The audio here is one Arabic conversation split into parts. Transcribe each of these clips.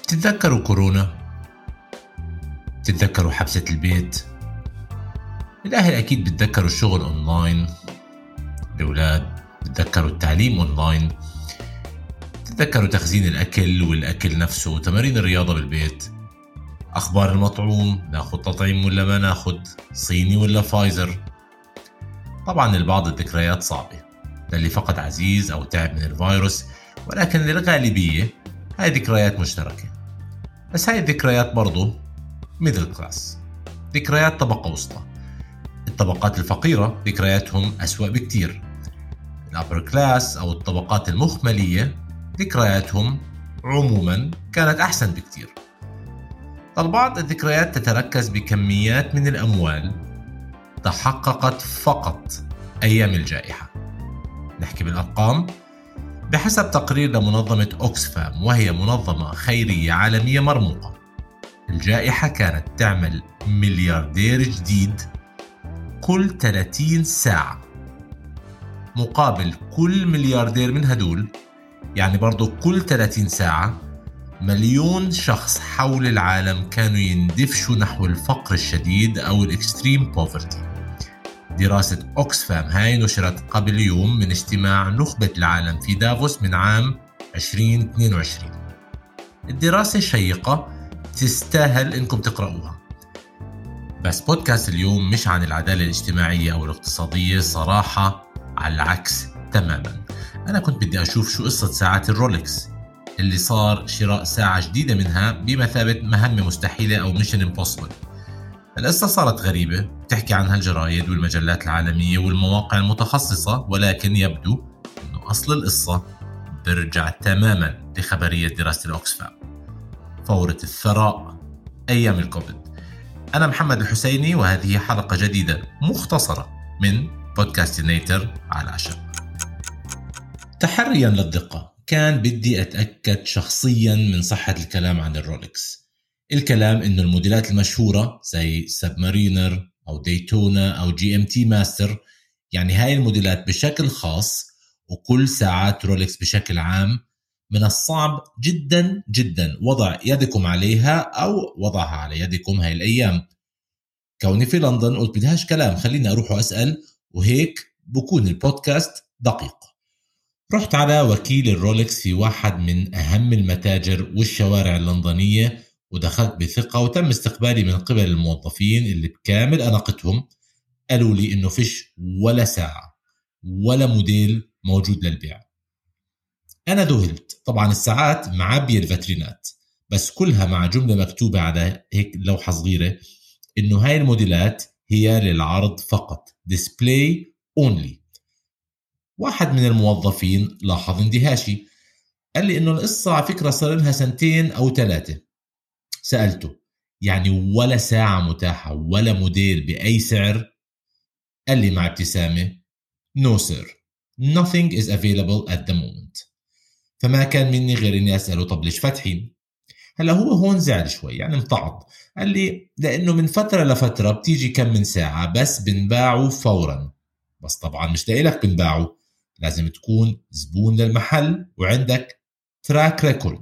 تتذكروا كورونا؟ تتذكروا حبسة البيت؟ الأهل أكيد بتذكروا الشغل أونلاين، الأولاد بتذكروا التعليم أونلاين، تتذكروا تخزين الأكل والأكل نفسه وتمارين الرياضة بالبيت، أخبار المطعوم، ناخد تطعيم ولا ما ناخد، صيني ولا فايزر. طبعا البعض الذكريات صعبة للي فقد عزيز أو تعب من الفيروس، ولكن للغالبية هاي ذكريات مشتركة. بس هاي الذكريات برضو ميدل كلاس، ذكريات طبقة وسطى. الطبقات الفقيرة ذكرياتهم أسوأ بكتير. الأبر كلاس أو الطبقات المخملية ذكرياتهم عموما كانت أحسن بكتير. البعض الذكريات تتركز بكميات من الأموال تحققت فقط أيام الجائحة. نحكي بالأرقام. بحسب تقرير لمنظمة أوكسفام، وهي منظمة خيرية عالمية مرموقة، الجائحة كانت تعمل ملياردير جديد كل 30 ساعة، مقابل كل ملياردير من هدول يعني برضو كل 30 ساعة مليون شخص حول العالم كانوا يندفشوا نحو الفقر الشديد أو الإكستريم بوفرتي. دراسة أوكسفام هاي نشرت قبل يوم من اجتماع نخبة العالم في دافوس من عام 2022. الدراسة شيقة تستاهل إنكم تقرأوها. بس بودكاست اليوم مش عن العدالة الاجتماعية أو الاقتصادية، صراحة على العكس تماما. أنا كنت بدي أشوف شو قصة ساعات الرولكس اللي صار شراء ساعة جديدة منها بمثابة مهمة مستحيلة أو ميشن امبوسيبل. القصة صارت غريبة، بتحكي عنها الجرايد والمجلات العالمية والمواقع المتخصصة، ولكن يبدو أنه أصل القصة برجع تماما لخبرية دراسة الأوكسفام، فورة الثراء أيام الكوفيد. أنا محمد الحسيني، وهذه حلقة جديدة مختصرة من بودكاست نيتر على العشاء. تحريا للدقة، كان بدي أتأكد شخصيا من صحة الكلام عن الرولكس. الكلام إنه الموديلات المشهورة زي سبمارينر أو ديتونا أو GMT ماستر، يعني هاي الموديلات بشكل خاص وكل ساعات رولكس بشكل عام، من الصعب جدا جدا وضع يدكم عليها أو وضعها على يدكم هاي الأيام. كوني في لندن قلت بدهاش كلام، خليني أروح وأسأل، وهيك بكون البودكاست دقيق. رحت على وكيل الرولكس في واحد من أهم المتاجر والشوارع اللندنية، ودخلت بثقة وتم استقبالي من قبل الموظفين اللي بكامل أناقتهم. قالوا لي إنه فيش ولا ساعة ولا موديل موجود للبيع. أنا ذهلت. طبعا الساعات معبية الفاترينات، بس كلها مع جملة مكتوبة على هيك لوحة صغيرة إنه هاي الموديلات هي للعرض فقط، display only. واحد من الموظفين لاحظ اندهاشي، قال لي إنه القصة على فكرة صار لها 2 أو 3. سألته يعني ولا ساعة متاحة ولا موديل بأي سعر؟ قال لي مع ابتسامة No sir, nothing is available at the moment. فما كان مني غير إني أسأله طب ليش فاتحين؟ هلا هو هون زعل شوي، يعني متعض. قال لي لأنه من فترة لفترة بتيجي كم من ساعة بس بنباعوا فورا. بس طبعا مش لاقي بنباعوا، لازم تكون زبون للمحل وعندك تراك ريكورد.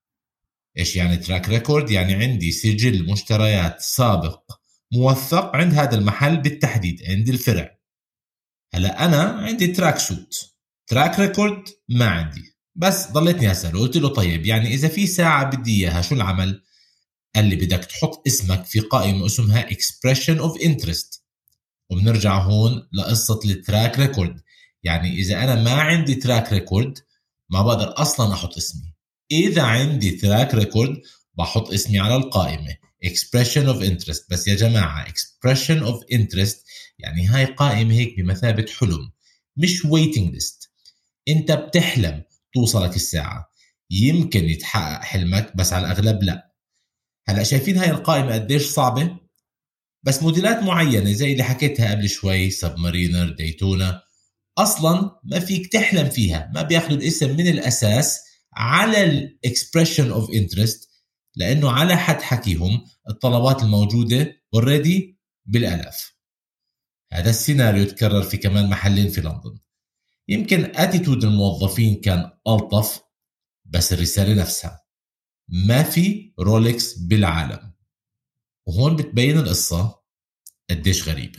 إيش يعني تراك ريكورد؟ يعني عندي سجل مشتريات سابق موثق عند هذا المحل بالتحديد، عند الفرع. هلا أنا عندي تراك سوت، تراك ريكورد ما عندي. بس ضليتني أسأله، قلت له طيب يعني إذا في ساعة بدي إياها شو العمل؟ قال لي بدك تحط اسمك في قائمة اسمها expression of interest. وبنرجع هون لقصة التراك ريكورد، يعني إذا أنا ما عندي تراك ريكورد ما بقدر أصلا أحط اسمي. إذا عندي تراك ريكورد بحط اسمي على القائمة expression of interest. بس يا جماعة expression of interest يعني هاي قائمة هيك بمثابة حلم، مش waiting list. أنت بتحلم توصلك الساعة، يمكن يتحقق حلمك بس على الأغلب لا. هلأ شايفين هاي القائمة قديش صعبة؟ بس موديلات معينة زي اللي حكيتها قبل شوي سبمارينر ديتونا أصلا ما فيك تحلم فيها، ما بياخدوا الاسم من الأساس على الإكسبريشن أوف إنترست، لأنه على حد حكيهم الطلبات الموجودة already بالألاف. هذا السيناريو تكرر في كمان محلين في لندن. يمكن اتيتود الموظفين كان ألطف، بس الرسالة نفسها ما في رولكس بالعالم. وهون بتبين القصة قديش غريبة.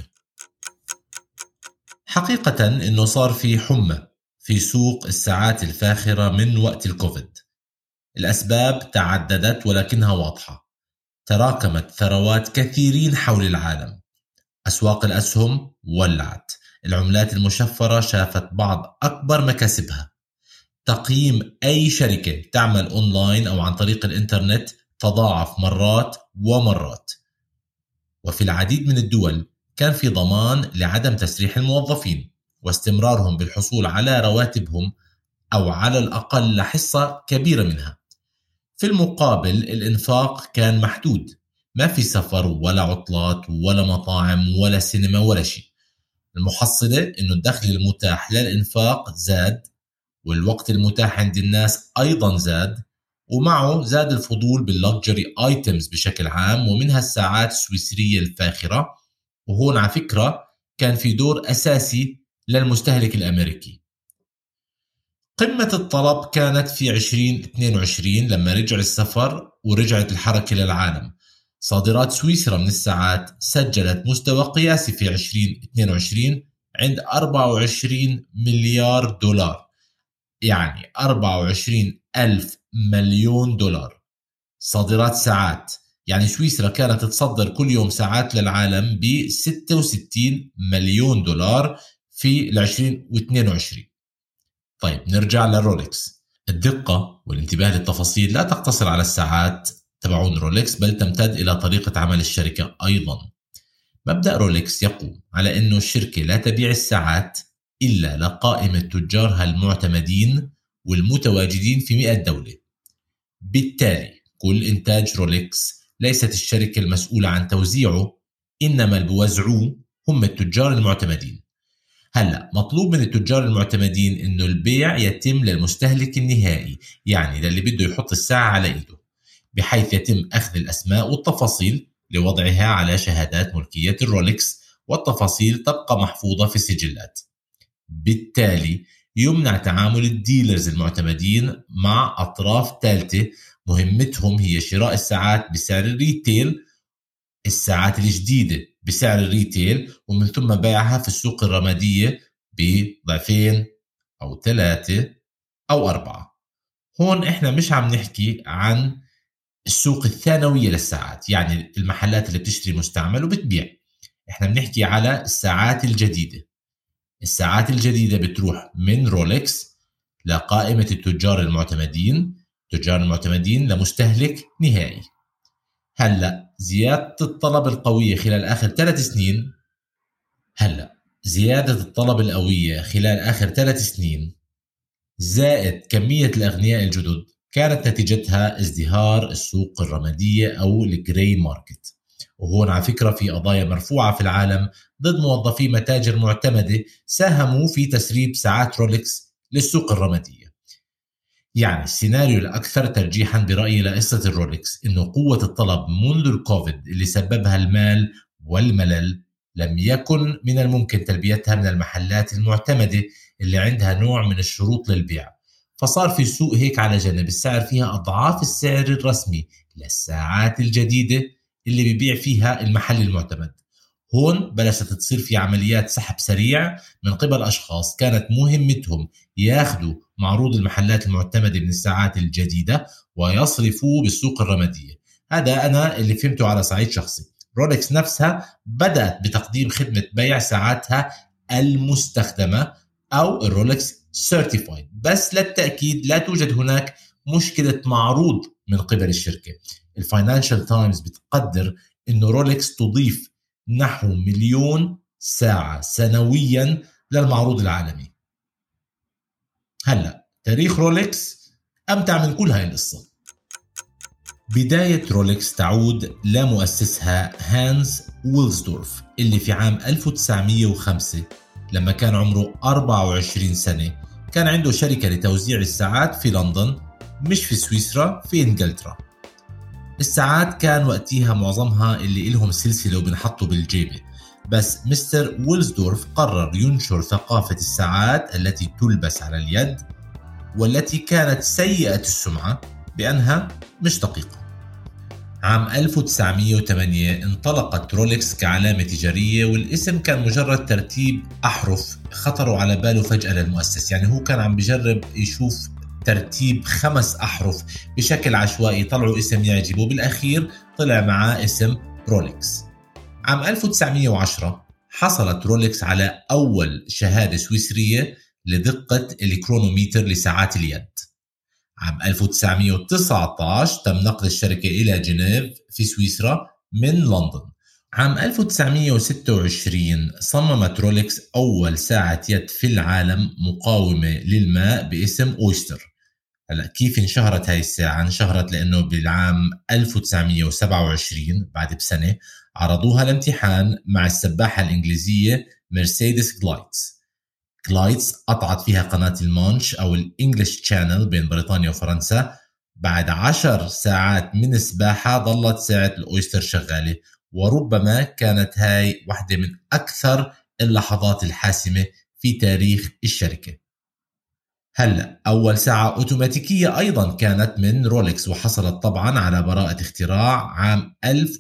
حقيقة إنه صار في حمى في سوق الساعات الفاخرة من وقت الكوفيد. الأسباب تعددت ولكنها واضحة. تراكمت ثروات كثيرين حول العالم، أسواق الأسهم ولعت، العملات المشفرة شافت بعض أكبر مكاسبها، تقييم أي شركة تعمل أونلاين أو عن طريق الإنترنت تضاعف مرات ومرات. وفي العديد من الدول كان في ضمان لعدم تسريح الموظفين واستمرارهم بالحصول على رواتبهم أو على الأقل لحصة كبيرة منها. في المقابل الإنفاق كان محدود، ما في سفر ولا عطلات ولا مطاعم ولا سينما ولا شيء. المحصلة إنه الدخل المتاح للإنفاق زاد، والوقت المتاح عند الناس أيضا زاد، ومعه زاد الفضول باللكجري ايتمز بشكل عام، ومنها الساعات السويسرية الفاخرة. وهون على فكرة كان في دور أساسي للمستهلك الأمريكي. قمة الطلب كانت في 2022 لما رجع السفر ورجعت الحركة للعالم. صادرات سويسرا من الساعات سجلت مستوى قياسي في 2022 عند 24 مليار دولار، يعني 24 ألف مليون دولار صادرات ساعات. يعني سويسرا كانت تصدر كل يوم ساعات للعالم ب 66 مليون دولار في 2022. طيب نرجع للرولكس. الدقة والانتباه للتفاصيل لا تقتصر على الساعات تبعون رولكس، بل تمتد إلى طريقة عمل الشركة أيضا. مبدأ رولكس يقوم على أنه الشركة لا تبيع الساعات إلا لقائمة تجارها المعتمدين والمتواجدين في 100 دولة. بالتالي كل إنتاج رولكس ليست الشركة المسؤولة عن توزيعه، إنما اللي بوزعوه هم التجار المعتمدين. هلأ مطلوب من التجار المعتمدين إنه البيع يتم للمستهلك النهائي، يعني للي بده يحط الساعة على إيده، بحيث يتم أخذ الأسماء والتفاصيل لوضعها على شهادات ملكية الرولكس، والتفاصيل تبقى محفوظة في السجلات. بالتالي يمنع تعامل الديلرز المعتمدين مع أطراف ثالثة مهمتهم هي شراء الساعات بسعر الريتيل، الساعات الجديدة بسعر الريتيل، ومن ثم بيعها في السوق الرمادية بضعفين أو 3 أو 4. هون إحنا مش عم نحكي عن السوق الثانوية للساعات، يعني المحلات اللي بتشتري مستعمل وبتبيع. إحنا بنحكي على الساعات الجديدة. الساعات الجديدة بتروح من رولكس لقائمة التجار المعتمدين، تجار المعتمدين لمستهلك نهائي. هلأ زيادة الطلب القوية خلال آخر 3 سنين، زائد كمية الأغنياء الجدد كانت نتيجتها ازدهار السوق الرمادية أو الجراي ماركت. وهون على فكرة في قضايا مرفوعة في العالم ضد موظفي متاجر معتمدة ساهموا في تسريب ساعات رولكس للسوق الرمادية. يعني السيناريو الأكثر ترجيحا برأيي لقصة الرولكس إنه قوة الطلب منذ الكوفيد اللي سببها المال والملل لم يكن من الممكن تلبيتها من المحلات المعتمدة اللي عندها نوع من الشروط للبيع، فصار في سوق هيك على جنب السعر فيها أضعاف السعر الرسمي للساعات الجديدة اللي بيبيع فيها المحل المعتمد. هون بلشت تصير في عمليات سحب سريع من قبل أشخاص كانت مهمتهم ياخدوا معروض المحلات المعتمدة من الساعات الجديدة ويصرفوه بالسوق الرمادية. هذا أنا اللي فهمته على صعيد شخصي. رولكس نفسها بدأت بتقديم خدمة بيع ساعاتها المستخدمة أو الرولكس سيرتيفايد، بس للتأكيد لا توجد هناك مشكلة معروض من قبل الشركة. الفاينانشال تايمز بتقدر إنه رولكس تضيف نحو 1,000,000 ساعة سنويا للمعروض العالمي. هلأ تاريخ رولكس أمتع من كل هاي القصة. بداية رولكس تعود لمؤسسها هانز ويلزدورف اللي في عام 1905 لما كان عمره 24 سنة كان عنده شركة لتوزيع الساعات في لندن، مش في سويسرا، في إنجلترا. الساعات كان وقتها معظمها اللي إلهم سلسلة وبنحطوا بالجيبة، بس مستر ويلزدورف قرر ينشر ثقافة الساعات التي تلبس على اليد والتي كانت سيئة السمعة بأنها مش دقيقة. عام 1908 انطلقت رولكس كعلامة تجارية، والاسم كان مجرد ترتيب أحرف خطروا على باله فجأة للمؤسس. يعني هو كان عم بجرب يشوف ترتيب 5 أحرف بشكل عشوائي، طلعوا اسم يعجبه، بالأخير طلع معاه اسم رولكس. عام 1910 حصلت رولكس على أول شهادة سويسرية لدقة الكرونومتر لساعات اليد. عام 1919 تم نقل الشركة إلى جنيف في سويسرا من لندن. عام 1926 صممت رولكس أول ساعة يد في العالم مقاومة للماء باسم أويستر. هلا كيف انشهرت هاي الساعة؟ انشهرت لأنه بالعام 1927 بعد بسنة عرضوها لامتحان مع السباحة الإنجليزية مرسيدس جلايتس قطعت فيها قناة المانش أو الإنجليش تشانل بين بريطانيا وفرنسا. بعد 10 ساعات من السباحة ظلت ساعة الأويستر شغالة، وربما كانت هاي واحدة من أكثر اللحظات الحاسمة في تاريخ الشركة. هلأ أول ساعة أوتوماتيكية أيضا كانت من رولكس، وحصلت طبعا على براءة اختراع عام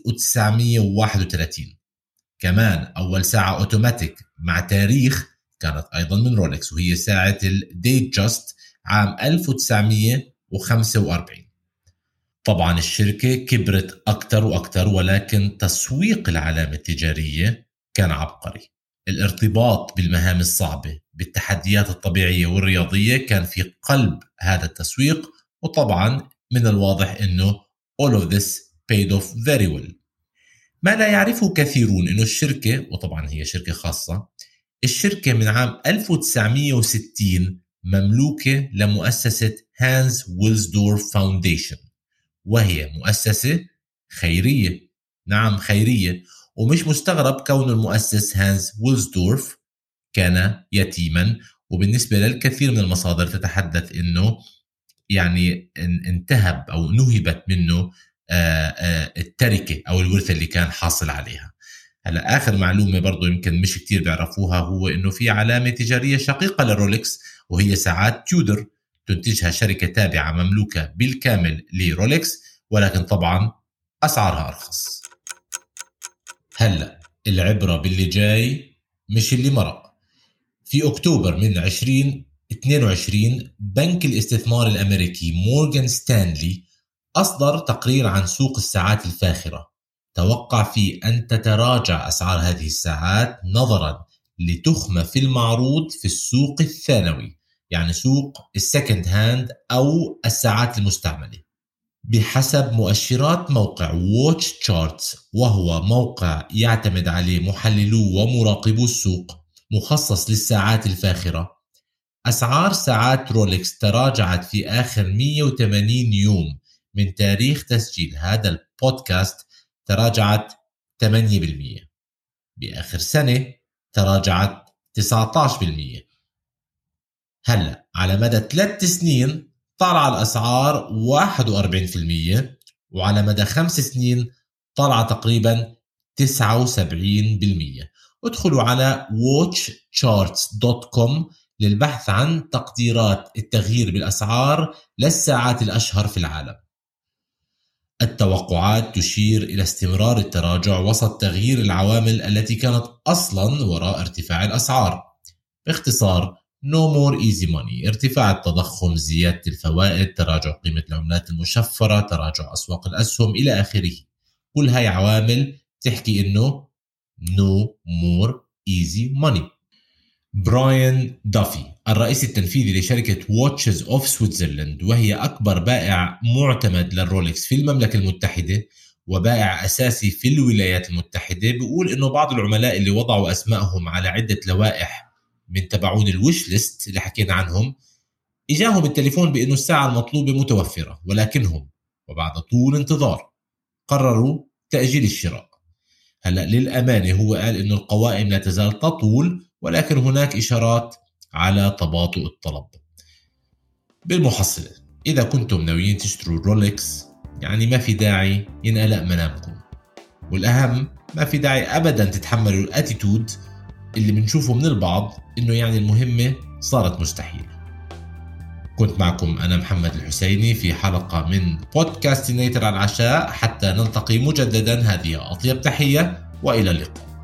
1931. كمان أول ساعة أوتوماتيك مع تاريخ كانت أيضا من رولكس، وهي ساعة الديت جاست عام 1945. طبعا الشركة كبرت أكثر وأكثر، ولكن تسويق العلامة التجارية كان عبقري. الارتباط بالمهام الصعبة بالتحديات الطبيعية والرياضية كان في قلب هذا التسويق، وطبعا من الواضح أنه all of this paid off very well. ما لا يعرفه كثيرون أنه الشركة، وطبعا هي شركة خاصة، الشركة من عام 1960 مملوكة لمؤسسة هانز ويلزدورف فاونديشن، وهي مؤسسة خيرية. نعم خيرية. ومش مستغرب كون المؤسس هانز ويلزدورف كان يتيما، وبالنسبة للكثير من المصادر تتحدث أنه يعني انتهب أو نهبت منه التركة أو الورثة اللي كان حاصل عليها. هلا آخر معلومة برضو يمكن مش كتير بيعرفوها هو إنه في علامة تجارية شقيقة لرولكس، وهي ساعات تيودر تنتجها شركة تابعة مملوكة بالكامل لرولكس، ولكن طبعا أسعارها أرخص. هلا العبرة باللي جاي مش اللي مرق. في أكتوبر من 2022 بنك الاستثمار الأمريكي مورغان ستانلي أصدر تقرير عن سوق الساعات الفاخرة، توقع فيه أن تتراجع أسعار هذه الساعات نظرا لتخمة في المعروض في السوق الثانوي، يعني سوق السكند هاند أو الساعات المستعملة. بحسب مؤشرات موقع ووتش تشارتس، وهو موقع يعتمد عليه محللو ومراقبو السوق مخصص للساعات الفاخرة، أسعار ساعات رولكس تراجعت في آخر 180 يوم من تاريخ تسجيل هذا البودكاست، تراجعت 8%. بآخر سنة تراجعت 19%. هلأ على مدى 3 سنين طلع الأسعار 41%، وعلى مدى 5 سنين طلع تقريبا 79%. ادخلوا على watchcharts.com للبحث عن تقديرات التغيير بالأسعار للساعات الأشهر في العالم. التوقعات تشير إلى استمرار التراجع وسط تغيير العوامل التي كانت أصلا وراء ارتفاع الأسعار. باختصار No more easy money، ارتفاع التضخم، زيادة الفوائد، تراجع قيمة العملات المشفرة، تراجع أسواق الأسهم إلى آخره. كل هاي عوامل تحكي إنه No more easy money. براين دافي الرئيس التنفيذي لشركة واتشز أوف سويتزرلاند، وهي أكبر بائع معتمد للرولكس في المملكة المتحدة وبائع أساسي في الولايات المتحدة، بيقول إنه بعض العملاء اللي وضعوا أسمائهم على عدة لوائح من تبعون الويش ليست اللي حكينا عنهم، إجاهم التليفون بأنه الساعة المطلوبة متوفرة، ولكنهم وبعد طول انتظار قرروا تأجيل الشراء. هلأ للأمانة هو قال إنه القوائم لا تزال تطول، ولكن هناك إشارات على تباطؤ الطلب. بالمحصلة إذا كنتم ناويين تشتروا رولكس، يعني ما في داعي ينقلق منامكم، والأهم ما في داعي أبدا تتحملوا الاتيتود اللي بنشوفه من البعض إنه يعني المهمة صارت مستحيلة. كنت معكم أنا محمد الحسيني في حلقة من بودكاستينيتر على العشاء، حتى نلتقي مجددا. هذه أطيب تحية وإلى اللقاء.